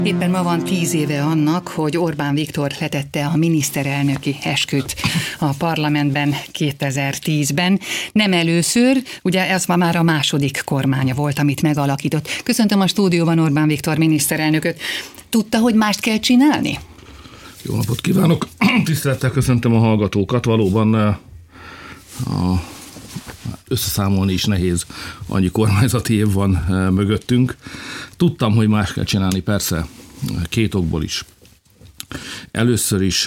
Éppen ma van 10 éve annak, hogy Orbán Viktor letette a miniszterelnöki esküt a parlamentben 2010-ben. Nem először, ugye ez már a második kormánya volt, amit megalakított. Köszöntöm a stúdióban Orbán Viktor miniszterelnököt. Tudta, hogy mást kell csinálni? Jó napot kívánok! Tisztelettel köszöntöm a hallgatókat. Valóban összeszámolni is nehéz, annyi kormányzati év van mögöttünk. Tudtam, hogy más kell csinálni, persze, két okból is. Először is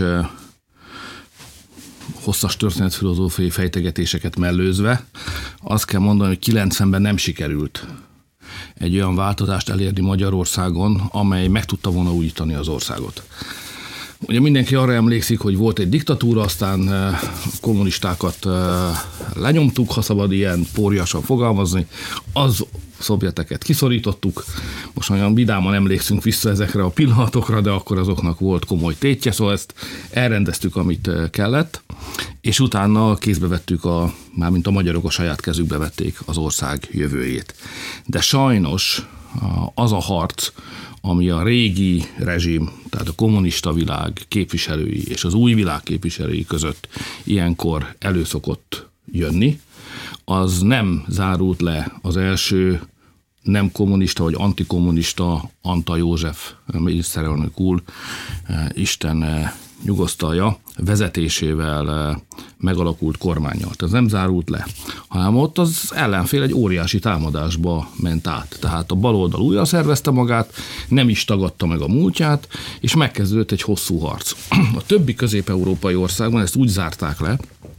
hosszas történetfilozófiai fejtegetéseket mellőzve, azt kell mondani, hogy 90-ben nem sikerült egy olyan változást elérni Magyarországon, amely meg tudta volna újítani az országot. Ugye mindenki arra emlékszik, hogy volt egy diktatúra, aztán kommunistákat lenyomtuk, ha szabad ilyen pórjasan fogalmazni, az szovjeteket kiszorítottuk. Most olyan vidáman emlékszünk vissza ezekre a pillanatokra, de akkor azoknak volt komoly tétje, szóval ezt elrendeztük, amit kellett, és utána kézbe vettük, mármint a magyarok a saját kezükbe vették az ország jövőjét. De sajnos az a harc, ami a régi rezsim, tehát a kommunista világ képviselői és az új világ képviselői között ilyenkor előszokott jönni, az nem zárult le az első nem kommunista vagy antikommunista Antall József miniszterelnök úr, Isten nyugosztalja, vezetésével megalakult kormánnyal. Ez nem zárult le, hanem ott az ellenfél egy óriási támadásba ment át. Tehát a baloldal újra szervezte magát, nem is tagadta meg a múltját, és megkezdődött egy hosszú harc. A többi közép-európai országban ezt úgy zárták le,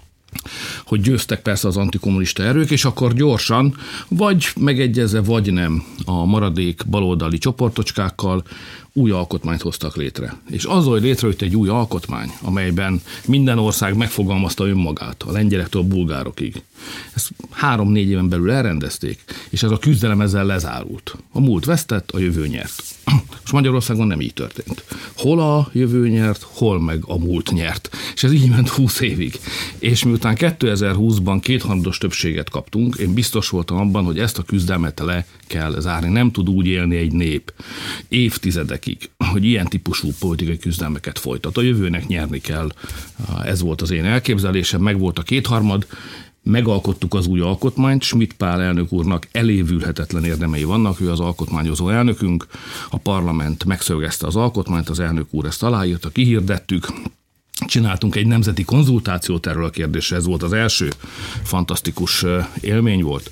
hogy győztek persze az antikommunista erők, és akkor gyorsan, vagy megegyezve, vagy nem a maradék baloldali csoportocskákkal új alkotmányt hoztak létre. És az, hogy létrejött egy új alkotmány, amelyben minden ország megfogalmazta önmagát, a lengyelektől a bulgárokig. Ezt 3-4 éven belül elrendezték, és ez a küzdelem ezzel lezárult. A múlt vesztett, a jövő nyert. És Magyarországon nem így történt. Hol a jövő nyert, hol meg a múlt nyert. És ez így ment 20 évig. És miután 2020-ban kétharmados többséget kaptunk, én biztos voltam abban, hogy ezt a küzdelmet le kell zárni. Nem tud úgy élni egy nép évtizedekig, hogy ilyen típusú politikai küzdelmeket folytat. A jövőnek nyerni kell. Ez volt az én elképzelésem, meg volt a kétharmad, megalkottuk az új alkotmányt, Schmidt Pál elnök úrnak elévülhetetlen érdemei vannak, ő az alkotmányozó elnökünk, a parlament megszögezte az alkotmányt, az elnök úr ezt aláírta, kihirdettük, csináltunk egy nemzeti konzultációt erről a kérdésre, ez volt az első fantasztikus élmény volt.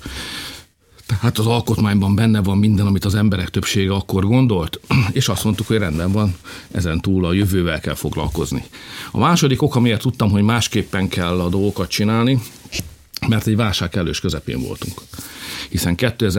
Tehát az alkotmányban benne van minden, amit az emberek többsége akkor gondolt, és azt mondtuk, hogy rendben van, ezen túl a jövővel kell foglalkozni. A második ok, amiért tudtam, hogy másképpen kell a dolgokat csinálni, mert egy válság kellős közepén voltunk. Hiszen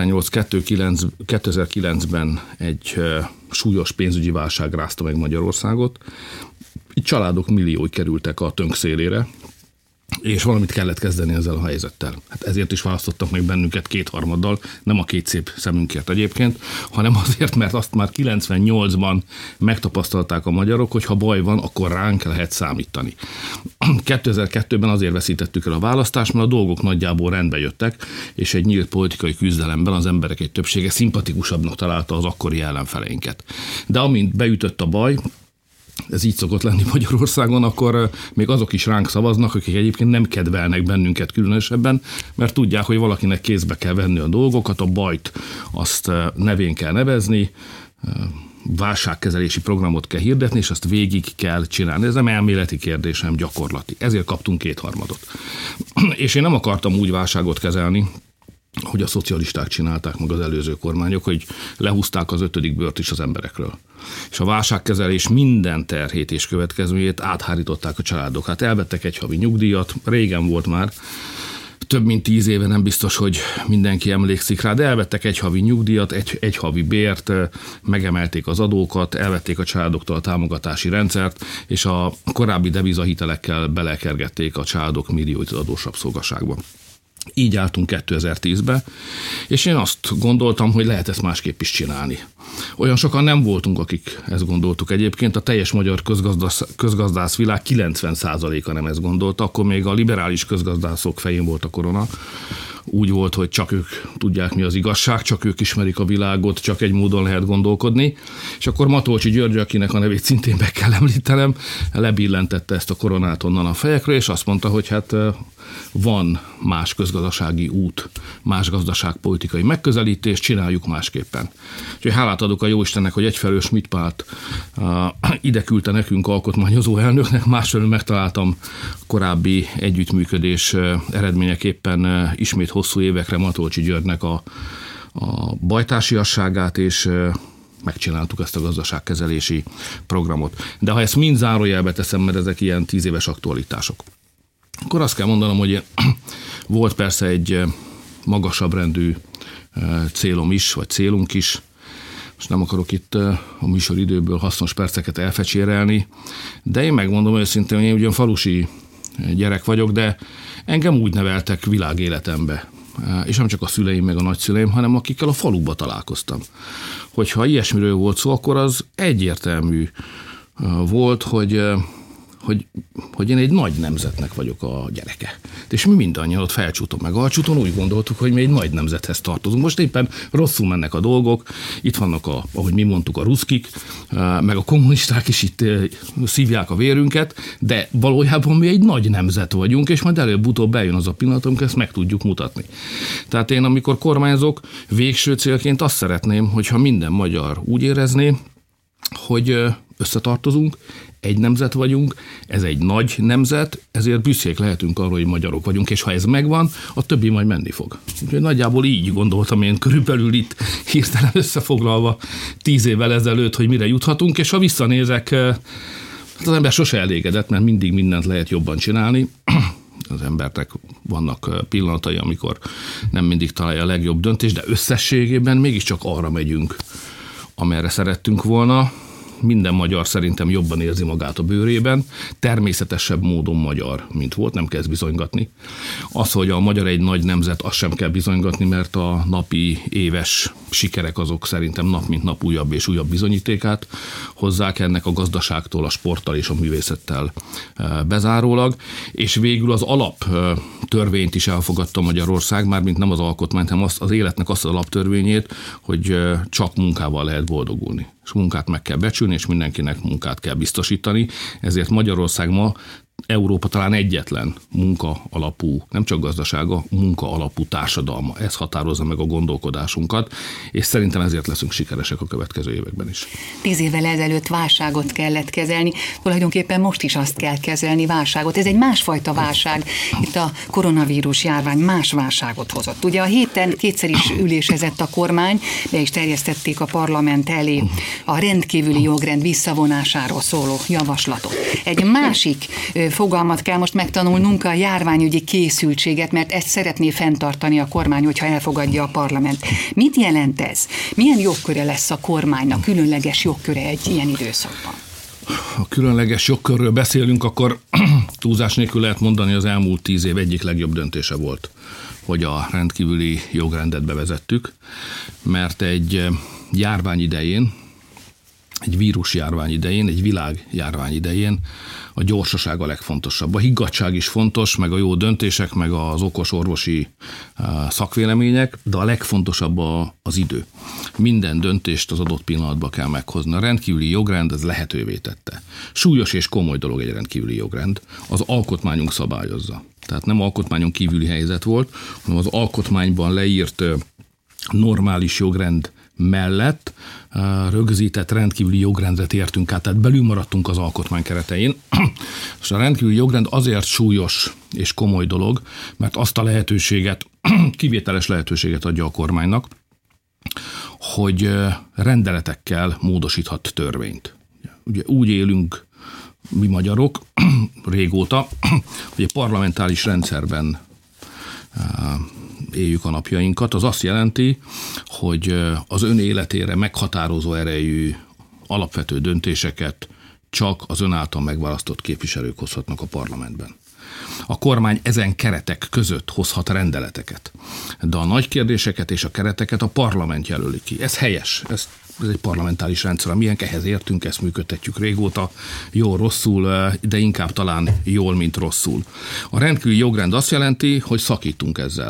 2008-2009-ben egy súlyos pénzügyi válság rázta meg Magyarországot, így családok milliói kerültek a tönk szélére, és valamit kellett kezdeni ezzel a helyzettel. Hát ezért is választottak meg bennünket kétharmaddal, nem a két szép szemünkért egyébként, hanem azért, mert azt már 98-ban megtapasztalták a magyarok, hogy ha baj van, akkor ránk lehet számítani. 2002-ben azért veszítettük el a választást, mert a dolgok nagyjából rendbe jöttek, és egy nyílt politikai küzdelemben az emberek egy többsége szimpatikusabbnak találta az akkori ellenfeleinket. De amint beütött a baj, ez így szokott lenni Magyarországon, akkor még azok is ránk szavaznak, akik egyébként nem kedvelnek bennünket különösebben, mert tudják, hogy valakinek kézbe kell venni a dolgokat, a bajt azt nevén kell nevezni, válságkezelési programot kell hirdetni, és azt végig kell csinálni. Ez nem elméleti kérdés, hanem gyakorlati. Ezért kaptunk kétharmadot. És én nem akartam úgy válságot kezelni, hogy a szocialisták csinálták meg az előző kormányok, hogy lehúzták az 5. bört is az emberekről. És a válságkezelés minden terhét és következményét áthárították a családok. Hát elvettek egy havi nyugdíjat, régen volt már, több mint 10 éve, nem biztos, hogy mindenki emlékszik rá, de elvettek egy havi nyugdíjat, egy havi bért, megemelték az adókat, elvették a családoktól a támogatási rendszert, és a korábbi devizahitelekkel belekergették a családok millióit az adósrabszolgaságba. Így álltunk 2010-be, és én azt gondoltam, hogy lehet ezt másképp is csinálni. Olyan sokan nem voltunk, akik ezt gondoltuk egyébként, a teljes magyar közgazdász világ 90%-a nem ezt gondolta, akkor még a liberális közgazdászok fején volt a korona, úgy volt, hogy csak ők tudják, mi az igazság, csak ők ismerik a világot, csak egy módon lehet gondolkodni. És akkor Matolcsy György, akinek a nevét szintén meg kell említenem, lebillentette ezt a koronát onnan a fejekről, és azt mondta, hogy hát van más közgazdasági út, más gazdaságpolitikai megközelítés, csináljuk másképpen. Úgyhogy hálát adok a Jóistennek, hogy egyfelől Schmidt Pált ide küldte nekünk alkotmányozó elnöknek, másfelől megtaláltam korábbi együttműködés eredményeképpen ismét hosszú évekre Matolcsy Györgynek a bajtársiasságát, és megcsináltuk ezt a gazdaságkezelési programot. De ha ezt mind zárójelbe teszem, mert ezek ilyen 10 éves aktualitások, akkor azt kell mondanom, hogy volt persze egy magasabb rendű célom is, vagy célunk is. Most nem akarok itt a műsoridőből hasznos perceket elfecsérelni, de én megmondom őszintén, hogy én ugyan falusi gyerek vagyok, de engem úgy neveltek világéletembe. És nem csak a szüleim meg a nagyszüleim, hanem akikkel a faluba találkoztam. Hogyha ilyesmiről volt szó, akkor az egyértelmű volt, hogy én egy nagy nemzetnek vagyok a gyereke. És mi mindannyian ott Felcsúton meg Alcsúton úgy gondoltuk, hogy mi egy nagy nemzethez tartozunk. Most éppen rosszul mennek a dolgok, itt vannak, ahogy mi mondtuk, a ruszkik, meg a kommunisták is itt szívják a vérünket, de valójában mi egy nagy nemzet vagyunk, és majd előbb-utóbb bejön az a pillanat, amikor ezt meg tudjuk mutatni. Tehát én, amikor kormányzok, végső célként azt szeretném, hogyha minden magyar úgy érezné, hogy összetartozunk, egy nemzet vagyunk, ez egy nagy nemzet, ezért büszkék lehetünk arról, hogy magyarok vagyunk, és ha ez megvan, a többi majd menni fog. Úgyhogy nagyjából így gondoltam én körülbelül itt hirtelen összefoglalva 10 évvel ezelőtt, hogy mire juthatunk, és ha visszanézek, az ember sose elégedett, mert mindig mindent lehet jobban csinálni. Az embernek vannak pillanatai, amikor nem mindig találja a legjobb döntést, de összességében mégiscsak arra megyünk, amerre szerettünk volna. Minden magyar szerintem jobban érzi magát a bőrében, természetesebb módon magyar, mint volt, nem kell bizonygatni. Az, hogy a magyar egy nagy nemzet, azt sem kell bizonygatni, mert a napi, éves sikerek azok szerintem nap mint nap újabb és újabb bizonyítékát hozzák ennek a gazdaságtól, a sporttal és a művészettel bezárólag. És végül az alaptörvényt is elfogadta Magyarország, mármint nem az alkotmányt, hanem az életnek azt az alaptörvényét, hogy csak munkával lehet boldogulni. És munkát meg kell becsülni, és mindenkinek munkát kell biztosítani. Ezért Magyarország ma Európa talán egyetlen munka alapú, nem csak gazdasága, munka alapú társadalma. Ez határozza meg a gondolkodásunkat, és szerintem ezért leszünk sikeresek a következő években is. 10 évvel ezelőtt válságot kellett kezelni, tulajdonképpen most is azt kell kezelni, válságot. Ez egy másfajta válság. Itt a koronavírus járvány más válságot hozott. Ugye a héten kétszer is ülésezett a kormány, be is terjesztették a parlament elé a rendkívüli jogrend visszavonásáról szóló javaslatot. Egy másik fogalmat kell most megtanulnunk, a járványügyi készültséget, mert ezt szeretné fenntartani a kormány, hogyha elfogadja a parlament. Mit jelent ez? Milyen jogköre lesz a kormánynak, különleges jogköre egy ilyen időszakban? Ha különleges jogkörről beszélünk, akkor túlzás nélkül lehet mondani, az elmúlt 10 év egyik legjobb döntése volt, hogy a rendkívüli jogrendet bevezettük, mert egy járvány idején, egy vírusjárvány idején, egy világjárvány idején a gyorsaság a legfontosabb. A higgadtság is fontos, meg a jó döntések, meg az okos orvosi szakvélemények, de a legfontosabb az idő. Minden döntést az adott pillanatban kell meghozni. A rendkívüli jogrend ez lehetővé tette. Súlyos és komoly dolog egy rendkívüli jogrend. Az alkotmányunk szabályozza. Tehát nem alkotmányon kívüli helyzet volt, hanem az alkotmányban leírt normális jogrend mellett rögzített rendkívüli jogrendet értünk át, tehát belül maradtunk az alkotmány keretein. És a rendkívüli jogrend azért súlyos és komoly dolog, mert azt a lehetőséget, kivételes lehetőséget adja a kormánynak, hogy rendeletekkel módosíthat törvényt. Ugye úgy élünk mi magyarok régóta, hogy a parlamentáris rendszerben éljük a napjainkat, az azt jelenti, hogy az ön életére meghatározó erejű alapvető döntéseket csak az ön által megválasztott képviselők hozhatnak a parlamentben. A kormány ezen keretek között hozhat rendeleteket, de a nagy kérdéseket és a kereteket a parlament jelöli ki. Ez helyes, ez egy parlamentáris rendszer, amilyen ehhez értünk, ezt működtetjük régóta, jól-rosszul, de inkább talán jól, mint rosszul. A rendkívüli jogrend azt jelenti, hogy szakítunk ezzel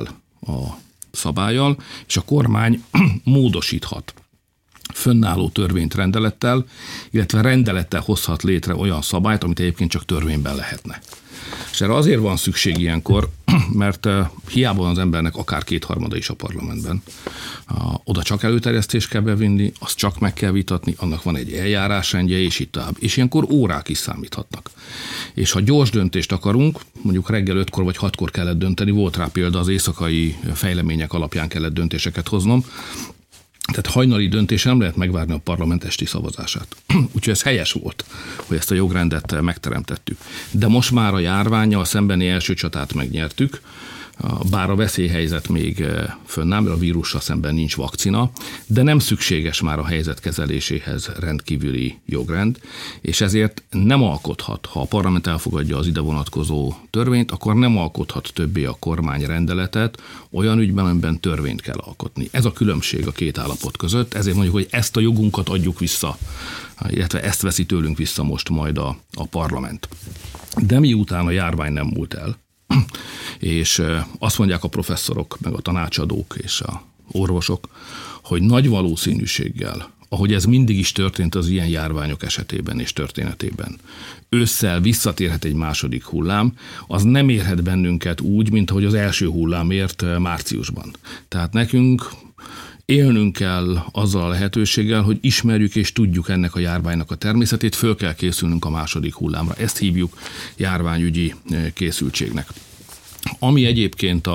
a szabállyal, és a kormány módosíthat fönnálló törvényt rendelettel, illetve rendelettel hozhat létre olyan szabályt, amit egyébként csak törvényben lehetne. És erre azért van szükség ilyenkor, mert hiába van az embernek akár 2/3 is a parlamentben. Oda csak előterjesztést kell bevinni, azt csak meg kell vitatni, annak van egy eljárásrendje, és itt tovább. És ilyenkor órák is számíthatnak. És ha gyors döntést akarunk, mondjuk reggel 5-kor vagy 6-kor kellett dönteni, volt rá példa, az éjszakai fejlemények alapján kellett döntéseket hoznom, tehát hajnali döntés nem lehet megvárni a parlament esti szavazását. Úgyhogy ez helyes volt, hogy ezt a jogrendet megteremtettük. De most már a járvánnyal szembeni első csatát megnyertük, bár a veszélyhelyzet még fönnáll, mert a vírussal szemben nincs vakcina, de nem szükséges már a helyzet kezeléséhez rendkívüli jogrend, és ezért nem alkothat, ha a parlament elfogadja az ide vonatkozó törvényt, akkor nem alkothat többé a kormány rendeletet olyan ügyben, amiben törvényt kell alkotni. Ez a különbség a két állapot között, ezért mondjuk, hogy ezt a jogunkat adjuk vissza, illetve ezt veszi tőlünk vissza most majd a parlament. De miután a járvány nem múlt el, és azt mondják a professzorok, meg a tanácsadók és a orvosok, hogy nagy valószínűséggel, ahogy ez mindig is történt az ilyen járványok esetében és történetében, ősszel visszatérhet egy második hullám, az nem érhet bennünket úgy, mint ahogy az első hullám ért márciusban. Tehát nekünk élnünk kell azzal a lehetőséggel, hogy ismerjük és tudjuk ennek a járványnak a természetét, föl kell készülnünk a második hullámra. Ezt hívjuk járványügyi készültségnek. Ami egyébként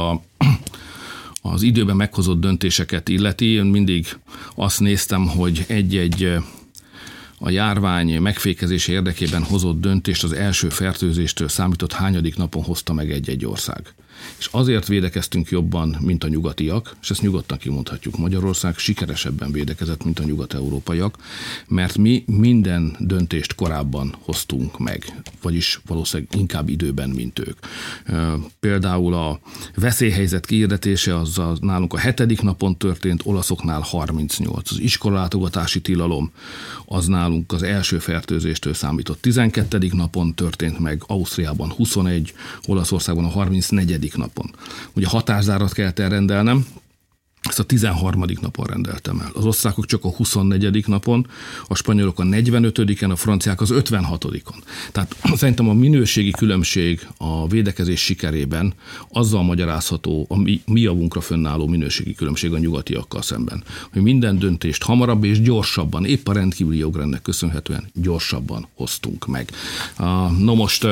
az időben meghozott döntéseket illeti, én mindig azt néztem, hogy egy a járvány megfékezése érdekében hozott döntést az első fertőzéstől számított hányadik napon hozta meg egy ország. És azért védekeztünk jobban, mint a nyugatiak, és ezt nyugodtan kimondhatjuk, Magyarország sikeresebben védekezett, mint a nyugat-európaiak, mert mi minden döntést korábban hoztunk meg, vagyis valószínűleg inkább időben, mint ők. Például a veszélyhelyzet kiirdetése az nálunk a 7. napon történt, olaszoknál 38. Az iskolalátogatási tilalom az nálunk az első fertőzéstől számított 12. napon történt meg, Ausztriában 21, Olaszországban a 34. napon. Ugye határzárat kellett elrendelnem, ezt a 13. napon rendeltem el. Az osztrákok csak a 24. napon, a spanyolok a 45-en, a franciák az 56-on. Tehát szerintem a minőségi különbség a védekezés sikerében azzal magyarázható, a mi javunkra fönnálló minőségi különbség a nyugatiakkal szemben. Hogy minden döntést hamarabb és gyorsabban, épp a rendkívüli jogrendnek köszönhetően gyorsabban hoztunk meg. No most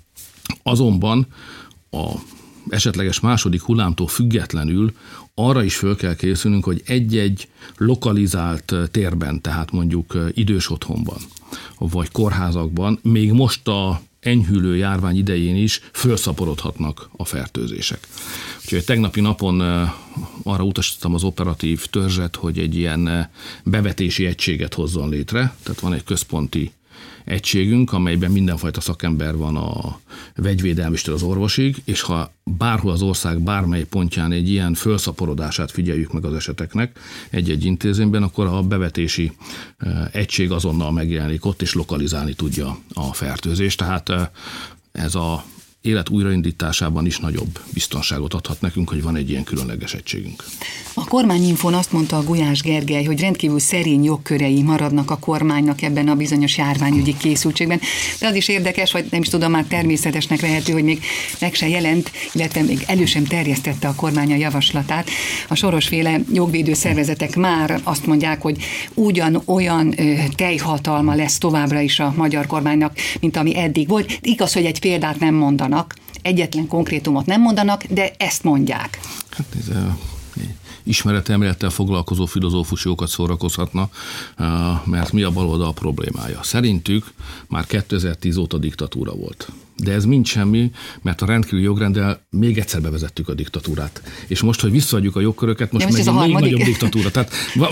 azonban a esetleges második hullámtól függetlenül arra is föl kell készülnünk, hogy egy-egy lokalizált térben, tehát mondjuk idős otthonban, vagy kórházakban, még most a enyhülő járvány idején is fölszaporodhatnak a fertőzések. Úgyhogy tegnapi napon arra utasítottam az operatív törzset, hogy egy ilyen bevetési egységet hozzon létre, tehát van egy központi egységünk, amelyben mindenfajta szakember van a vegyvédelmistől az orvosig, és ha bárhol az ország bármely pontján egy ilyen fölszaporodását figyeljük meg az eseteknek egy-egy intézményben, akkor a bevetési egység azonnal megjelenik ott, és lokalizálni tudja a fertőzést. Tehát ez a élet újraindításában is nagyobb biztonságot adhat nekünk, hogy van egy ilyen különleges egységünk. A kormányinfón azt mondta a Gulyás Gergely, hogy rendkívül szerény jogkörei maradnak a kormánynak ebben a bizonyos járványügyi készültségben. De az is érdekes, vagy nem is tudom, már természetesnek vehető, hogy még meg se jelent, illetve még elő sem terjesztette a kormány a javaslatát. A Soros-féle jogvédő szervezetek már azt mondják, hogy ugyanolyan teljhatalma lesz továbbra is a magyar kormánynak, mint ami eddig volt. Igaz, hogy egy példát nem mondanak, egyetlen konkrétumot nem mondanak, de ezt mondják. Hát ez ismeretelmélettel foglalkozó filozófus jókat szórakozhatna, mert mi a baloldal problémája. Szerintük már 2010 óta diktatúra volt. De ez mind semmi, mert a rendkívüli jogrenddel még egyszer bevezettük a diktatúrát. És most, hogy visszaadjuk a jogköröket, most meg egy még nagyobb diktatúra. Tehát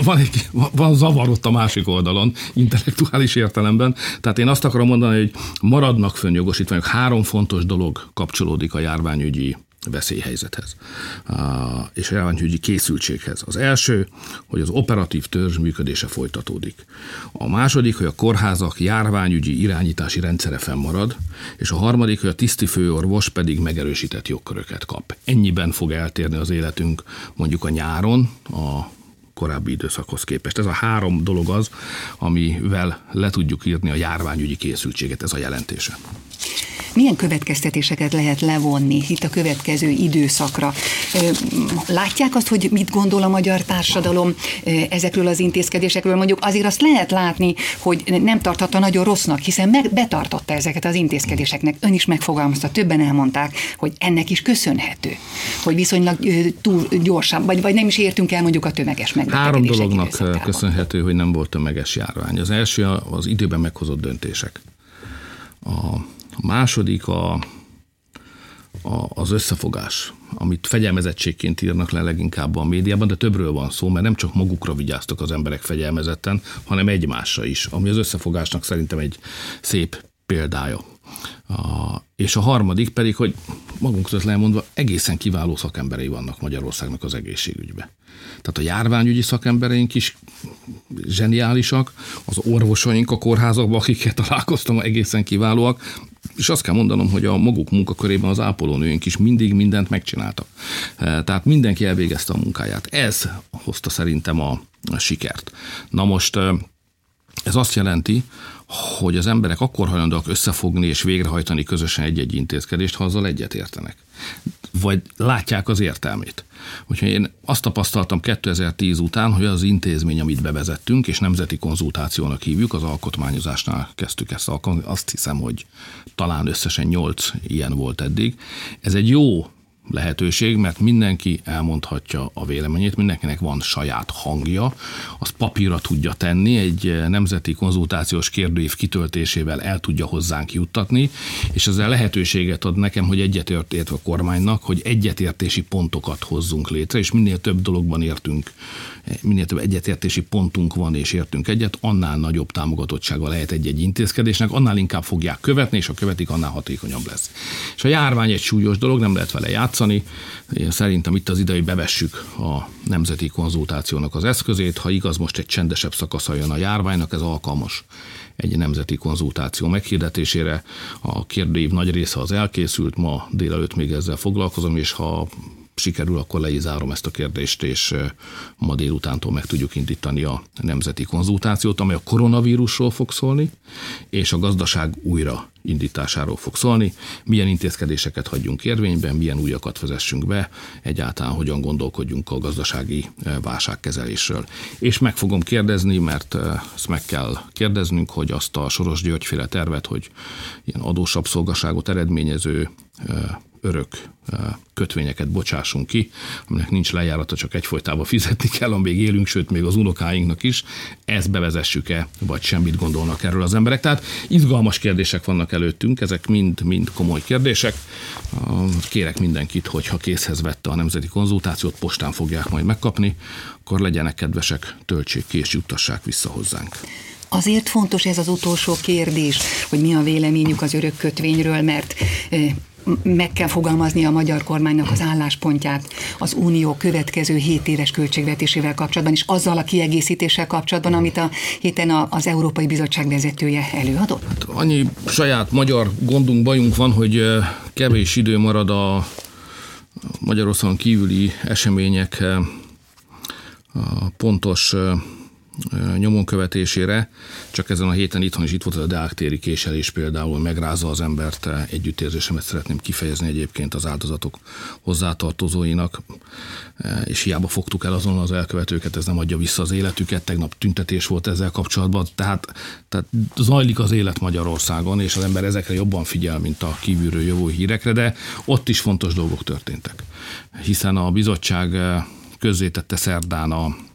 van zavar ott a másik oldalon, intellektuális értelemben. Tehát én azt akarom mondani, hogy maradnak fönn jogosítványok. 3 fontos dolog kapcsolódik a járványügyi veszélyhelyzethez és a járványügyi készültséghez. Az első, hogy az operatív törzs működése folytatódik. A második, hogy a kórházak járványügyi irányítási rendszere fennmarad, és a harmadik, hogy a tisztifőorvos pedig megerősített jogköröket kap. Ennyiben fog eltérni az életünk mondjuk a nyáron, a korábbi időszakhoz képest. Ez a 3 dolog az, amivel le tudjuk írni a járványügyi készültséget, ez a jelentése. Milyen következtetéseket lehet levonni itt a következő időszakra? Látják azt, hogy mit gondol a magyar társadalom ezekről az intézkedésekről? Mondjuk azért azt lehet látni, hogy nem tartotta nagyon rossznak, hiszen betartotta ezeket az intézkedéseknek. Ön is megfogalmazta, többen elmondták, hogy ennek is köszönhető, hogy viszonylag túl gyorsan, vagy nem is értünk el mondjuk a tömeges megbetegedések 3 dolognak köszönhető, hogy nem volt tömeges járvány. Az első az időben meghozott döntések. A második az összefogás, amit fegyelmezettségként írnak le leginkább a médiában, de többről van szó, mert nem csak magukra vigyáztak az emberek fegyelmezetten, hanem egymásra is, ami az összefogásnak szerintem egy szép példája. És a harmadik pedig, hogy magunk között lemondva egészen kiváló szakemberei vannak Magyarországnak az egészségügyben. Tehát a járványügyi szakembereink is zseniálisak, az orvosaink a kórházakban, akikkel találkoztam, egészen kiválóak, és azt kell mondanom, hogy a maguk munkakörében az ápolónőink is mindig mindent megcsináltak. Tehát mindenki elvégezte a munkáját. Ez hozta szerintem a sikert. Na most ez azt jelenti, hogy az emberek akkor hajlandóak összefogni és végrehajtani közösen egy-egy intézkedést, ha azzal egyetértenek. Vagy látják az értelmét. Úgyhogy én azt tapasztaltam 2010 után, hogy az intézmény, amit bevezettünk, és nemzeti konzultációnak hívjuk, az alkotmányozásnál kezdtük ezt alkalmazni, azt hiszem, hogy talán összesen 8 ilyen volt eddig. Ez egy jó lehetőség, mert mindenki elmondhatja a véleményét, mindenkinek van saját hangja, azt papírra tudja tenni, egy nemzeti konzultációs kérdőív kitöltésével el tudja hozzánk juttatni, és ezzel lehetőséget ad nekem, hogy egyetértve a kormánynak, hogy egyetértési pontokat hozzunk létre, és minél több dologban értünk, minél több egyetértési pontunk van és értünk egyet, annál nagyobb támogatottsága lehet egy-egy intézkedésnek, annál inkább fogják követni, és ha követik, annál hatékonyabb lesz. És a járvány egy súlyos dolog, nem lehet vele játszani. Én szerintem itt az ide, hogy bevessük a nemzeti konzultációnak az eszközét. Ha igaz, most egy csendesebb szakasza jön a járványnak, ez alkalmas egy nemzeti konzultáció meghirdetésére. A kérdőív nagy része az elkészült, ma délelőtt még ezzel foglalkozom, és ha sikerül, akkor le is zárom ezt a kérdést, és ma délutántól meg tudjuk indítani a nemzeti konzultációt, amely a koronavírusról fog szólni, és a gazdaság újraindításáról fog szólni. Milyen intézkedéseket hagyjunk érvényben, milyen újakat vezessünk be, egyáltalán hogyan gondolkodjunk a gazdasági válságkezelésről. És meg fogom kérdezni, mert ezt meg kell kérdeznünk, hogy azt a Soros György-féle tervet, hogy ilyen adósabszolgaságot eredményező örök kötvényeket bocsássunk ki, aminek nincs lejárata, csak egyfolytában fizetni kell, amíg élünk, sőt még az unokáinknak is. Ezt bevezessük-e, vagy semmit gondolnak erről az emberek. Tehát izgalmas kérdések vannak előttünk, ezek mind komoly kérdések. Kérek mindenkit, hogy ha készhez vette a nemzeti konzultációt, postán fogják majd megkapni, akkor legyenek kedvesek, töltsék ki és juttassák vissza hozzánk. Azért fontos ez az utolsó kérdés, hogy mi a véleményük az örök kötvényről, mert meg kell fogalmazni a magyar kormánynak az álláspontját az Unió következő 7 éves költségvetésével kapcsolatban, és azzal a kiegészítéssel kapcsolatban, amit a héten az Európai Bizottság vezetője előadott? Hát annyi saját magyar gondunk, bajunk van, hogy kevés idő marad a Magyarországon kívüli események a pontos nyomon követésére, csak ezen a héten itthon is itt volt a Deák téri késelés például, megrázza az embert, együttérzésemet szeretném kifejezni egyébként az áldozatok hozzátartozóinak, és hiába fogtuk el azon az elkövetőket, ez nem adja vissza az életüket, tegnap tüntetés volt ezzel kapcsolatban, tehát zajlik az élet Magyarországon, és az ember ezekre jobban figyel, mint a kívülről jövő hírekre, de ott is fontos dolgok történtek, hiszen a bizottság közzétette szerdán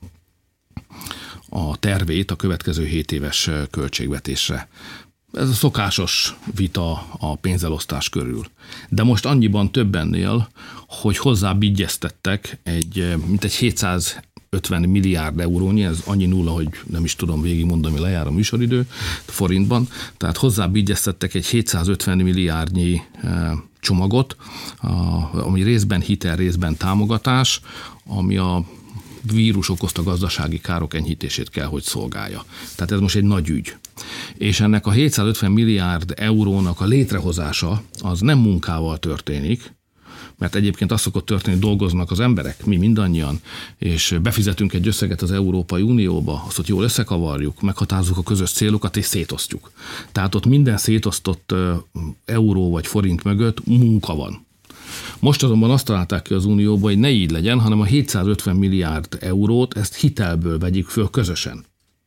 a tervét a következő 7 éves költségvetésre. Ez a szokásos vita a pénzelosztás körül. De most annyiban több ennél, hogy hozzábigyeztettek mintegy 750 milliárd eurónyi, ez annyi nulla, hogy nem is tudom végigmondani, lejár a műsoridő forintban, tehát hozzábigyeztettek egy 750 milliárdnyi csomagot, ami részben hitel, részben támogatás, ami a vírus okozta gazdasági károk enyhítését kell, hogy szolgálja. Tehát ez most egy nagy ügy. És ennek a 750 milliárd eurónak a létrehozása az nem munkával történik, mert egyébként azt szokott történni, hogy dolgoznak az emberek, mi mindannyian, és befizetünk egy összeget az Európai Unióba, azt ott jól összekavarjuk, meghatározzuk a közös célokat, és szétosztjuk. Tehát ott minden szétosztott euró vagy forint mögött munka van. Most azonban azt találták ki az Unióban, hogy ne így legyen, hanem a 750 milliárd eurót, ezt hitelből vegyük föl közösen.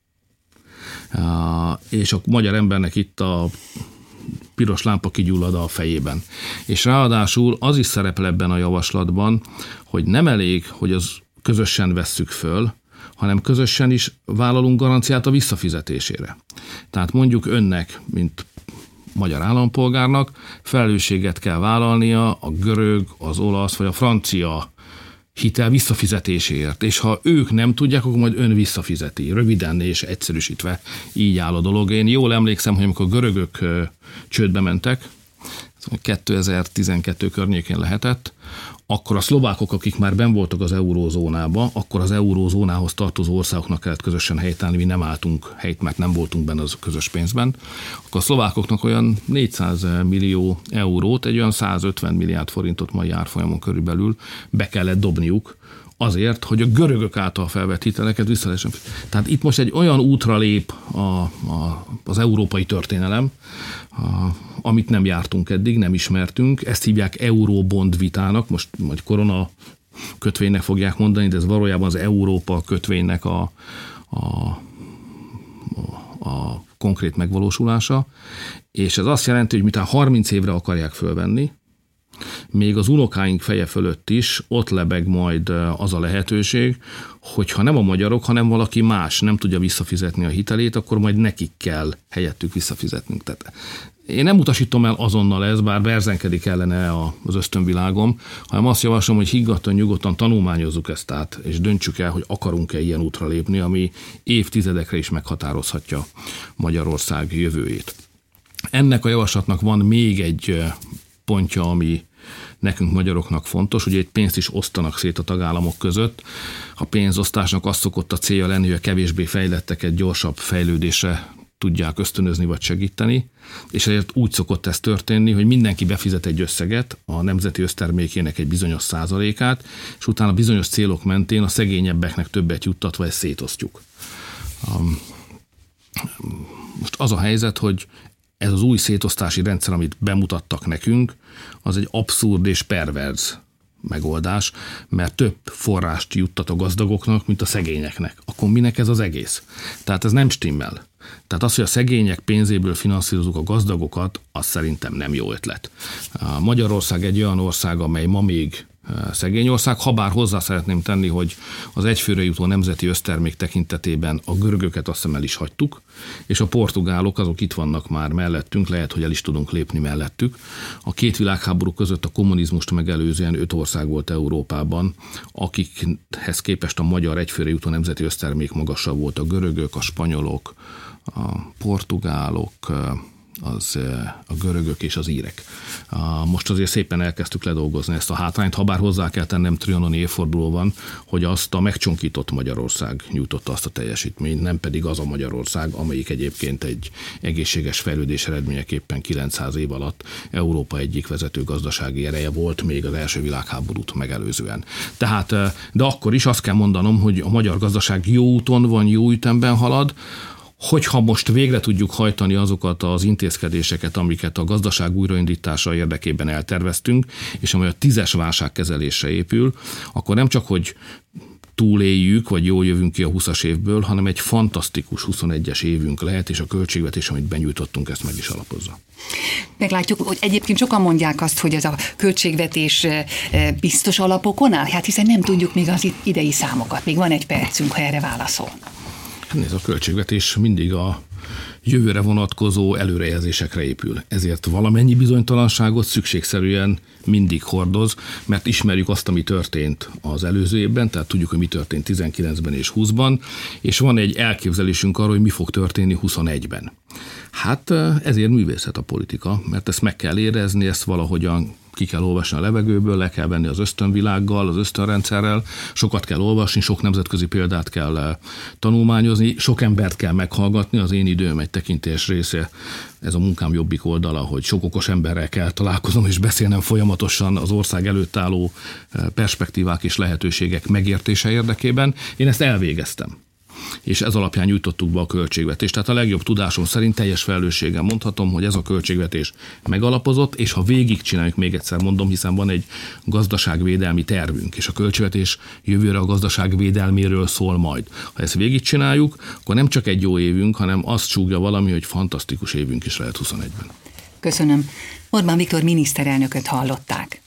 És a magyar embernek itt a piros lámpa kigyullad a fejében. És ráadásul az is szerepel ebben a javaslatban, hogy nem elég, hogy az közösen vesszük föl, hanem közösen is vállalunk garanciát a visszafizetésére. Tehát mondjuk önnek, mint magyar állampolgárnak felelősséget kell vállalnia a görög, az olasz vagy a francia hitel visszafizetéséért, és ha ők nem tudják, akkor majd ön visszafizeti. Röviden és egyszerűsítve így áll a dolog. Én jól emlékszem, hogy amikor a görögök csődbe mentek, 2012 környékén lehetett, akkor a szlovákok, akik már benn voltak az eurózónába, akkor az eurózónához tartozó országoknak kellett közösen helyt állni, mi nem álltunk helyt, mert nem voltunk benne az közös pénzben. Akkor a szlovákoknak olyan 400 millió eurót, egy olyan 150 milliárd forintot mai árfolyamon körülbelül be kellett dobniuk, azért, hogy a görögök által felvett hiteleket vissza lehessen. Tehát itt most egy olyan útra lép az európai történelem, amit nem jártunk eddig, nem ismertünk. Ezt hívják Eurobond vitának, most majd korona kötvénynek fogják mondani, de ez valójában az Európa kötvénynek a konkrét megvalósulása. És ez azt jelenti, hogy miután 30 évre akarják fölvenni, még az unokáink feje fölött is ott lebeg majd az a lehetőség, hogyha nem a magyarok, hanem valaki más nem tudja visszafizetni a hitelét, akkor majd nekik kell helyettük visszafizetnünk. Tehát én nem utasítom el azonnal ezt, bár berzenkedik ellene az ösztönvilágom, hanem azt javaslom, hogy higgadtan, nyugodtan tanulmányozzuk ezt át, és döntsük el, hogy akarunk-e ilyen útra lépni, ami évtizedekre is meghatározhatja Magyarország jövőjét. Ennek a javaslatnak van még egy pontja, ami nekünk magyaroknak fontos, ugye egy pénzt is osztanak szét a tagállamok között. A pénzosztásnak az szokott a célja lenni, hogy a kevésbé fejletteket gyorsabb fejlődésre tudják ösztönözni vagy segíteni, és ezért úgy szokott ez történni, hogy mindenki befizet egy összeget, a nemzeti össztermékének egy bizonyos százalékát, és utána bizonyos célok mentén a szegényebbeknek többet juttatva ezt szétosztjuk. Most az a helyzet, hogy ez az új szétosztási rendszer, amit bemutattak nekünk, az egy abszurd és perverz megoldás, mert több forrást juttat a gazdagoknak, mint a szegényeknek. Akkor minek ez az egész? Tehát ez nem stimmel. Tehát az, hogy a szegények pénzéből finanszírozunk a gazdagokat, az szerintem nem jó ötlet. Magyarország egy olyan ország, amely ma még szegény ország, habár hozzá szeretném tenni, hogy az egyfőre jutó nemzeti össztermék tekintetében a görögöket azt hiszem el is hagytuk, és a portugálok azok itt vannak már mellettünk, lehet, hogy el is tudunk lépni mellettük. A két világháború között a kommunizmust megelőzően 5 ország volt Európában, akikhez képest a magyar egyfőre jutó nemzeti össztermék magasabb volt: a görögök, a spanyolok, a portugálok, a görögök és az írek. Most azért szépen elkezdtük ledolgozni ezt a hátrányt, habár hozzá kell tennem, trianoni évforduló van, hogy azt a megcsonkított Magyarország nyújtotta azt a teljesítményt, nem pedig az a Magyarország, amelyik egyébként egy egészséges fejlődés eredményeképpen 900 év alatt Európa egyik vezető gazdasági ereje volt még az első világháborút megelőzően. Tehát, de akkor is azt kell mondanom, hogy a magyar gazdaság jó úton van, jó ütemben halad. Hogyha most végre tudjuk hajtani azokat az intézkedéseket, amiket a gazdaság újraindítása érdekében elterveztünk, és amely a 10-es válságkezelésre épül, akkor nem csak, hogy túléljük, vagy jól jövünk ki a 20-as évből, hanem egy fantasztikus 21-es évünk lehet, és a költségvetés, amit benyújtottunk, ezt meg is alapozza. Meglátjuk, hogy egyébként sokan mondják azt, hogy ez a költségvetés biztos alapokon áll, hát hiszen nem tudjuk még az idei számokat. Még van egy percünk, ha erre válaszol. Ez a költségvetés mindig a jövőre vonatkozó előrejelzésekre épül. Ezért valamennyi bizonytalanságot szükségszerűen mindig hordoz, mert ismerjük azt, ami történt az előző évben, tehát tudjuk, hogy mi történt 19-ben és 20-ban, és van egy elképzelésünk arról, hogy mi fog történni 21-ben. Hát ezért művészet a politika, mert ezt meg kell érezni, ezt valahogyan ki kell olvasni a levegőből, le kell venni az ösztönvilággal, az ösztönrendszerrel, sokat kell olvasni, sok nemzetközi példát kell tanulmányozni, sok embert kell meghallgatni, az én időm egy tekintélyes része, ez a munkám jobbik oldala, hogy sok okos emberrel kell találkoznom és beszélnem folyamatosan az ország előtt álló perspektívák és lehetőségek megértése érdekében. Én ezt elvégeztem. És ez alapján nyújtottuk be a költségvetést. Tehát a legjobb tudásom szerint teljes felelősséggel mondhatom, hogy ez a költségvetés megalapozott, és ha végigcsináljuk, még egyszer mondom, hiszen van egy gazdaságvédelmi tervünk, és a költségvetés jövőre a gazdaságvédelméről szól majd. Ha ezt végigcsináljuk, akkor nem csak egy jó évünk, hanem azt súgja valami, hogy fantasztikus évünk is lehet 21-ben. Köszönöm. Orbán Viktor miniszterelnököt hallották.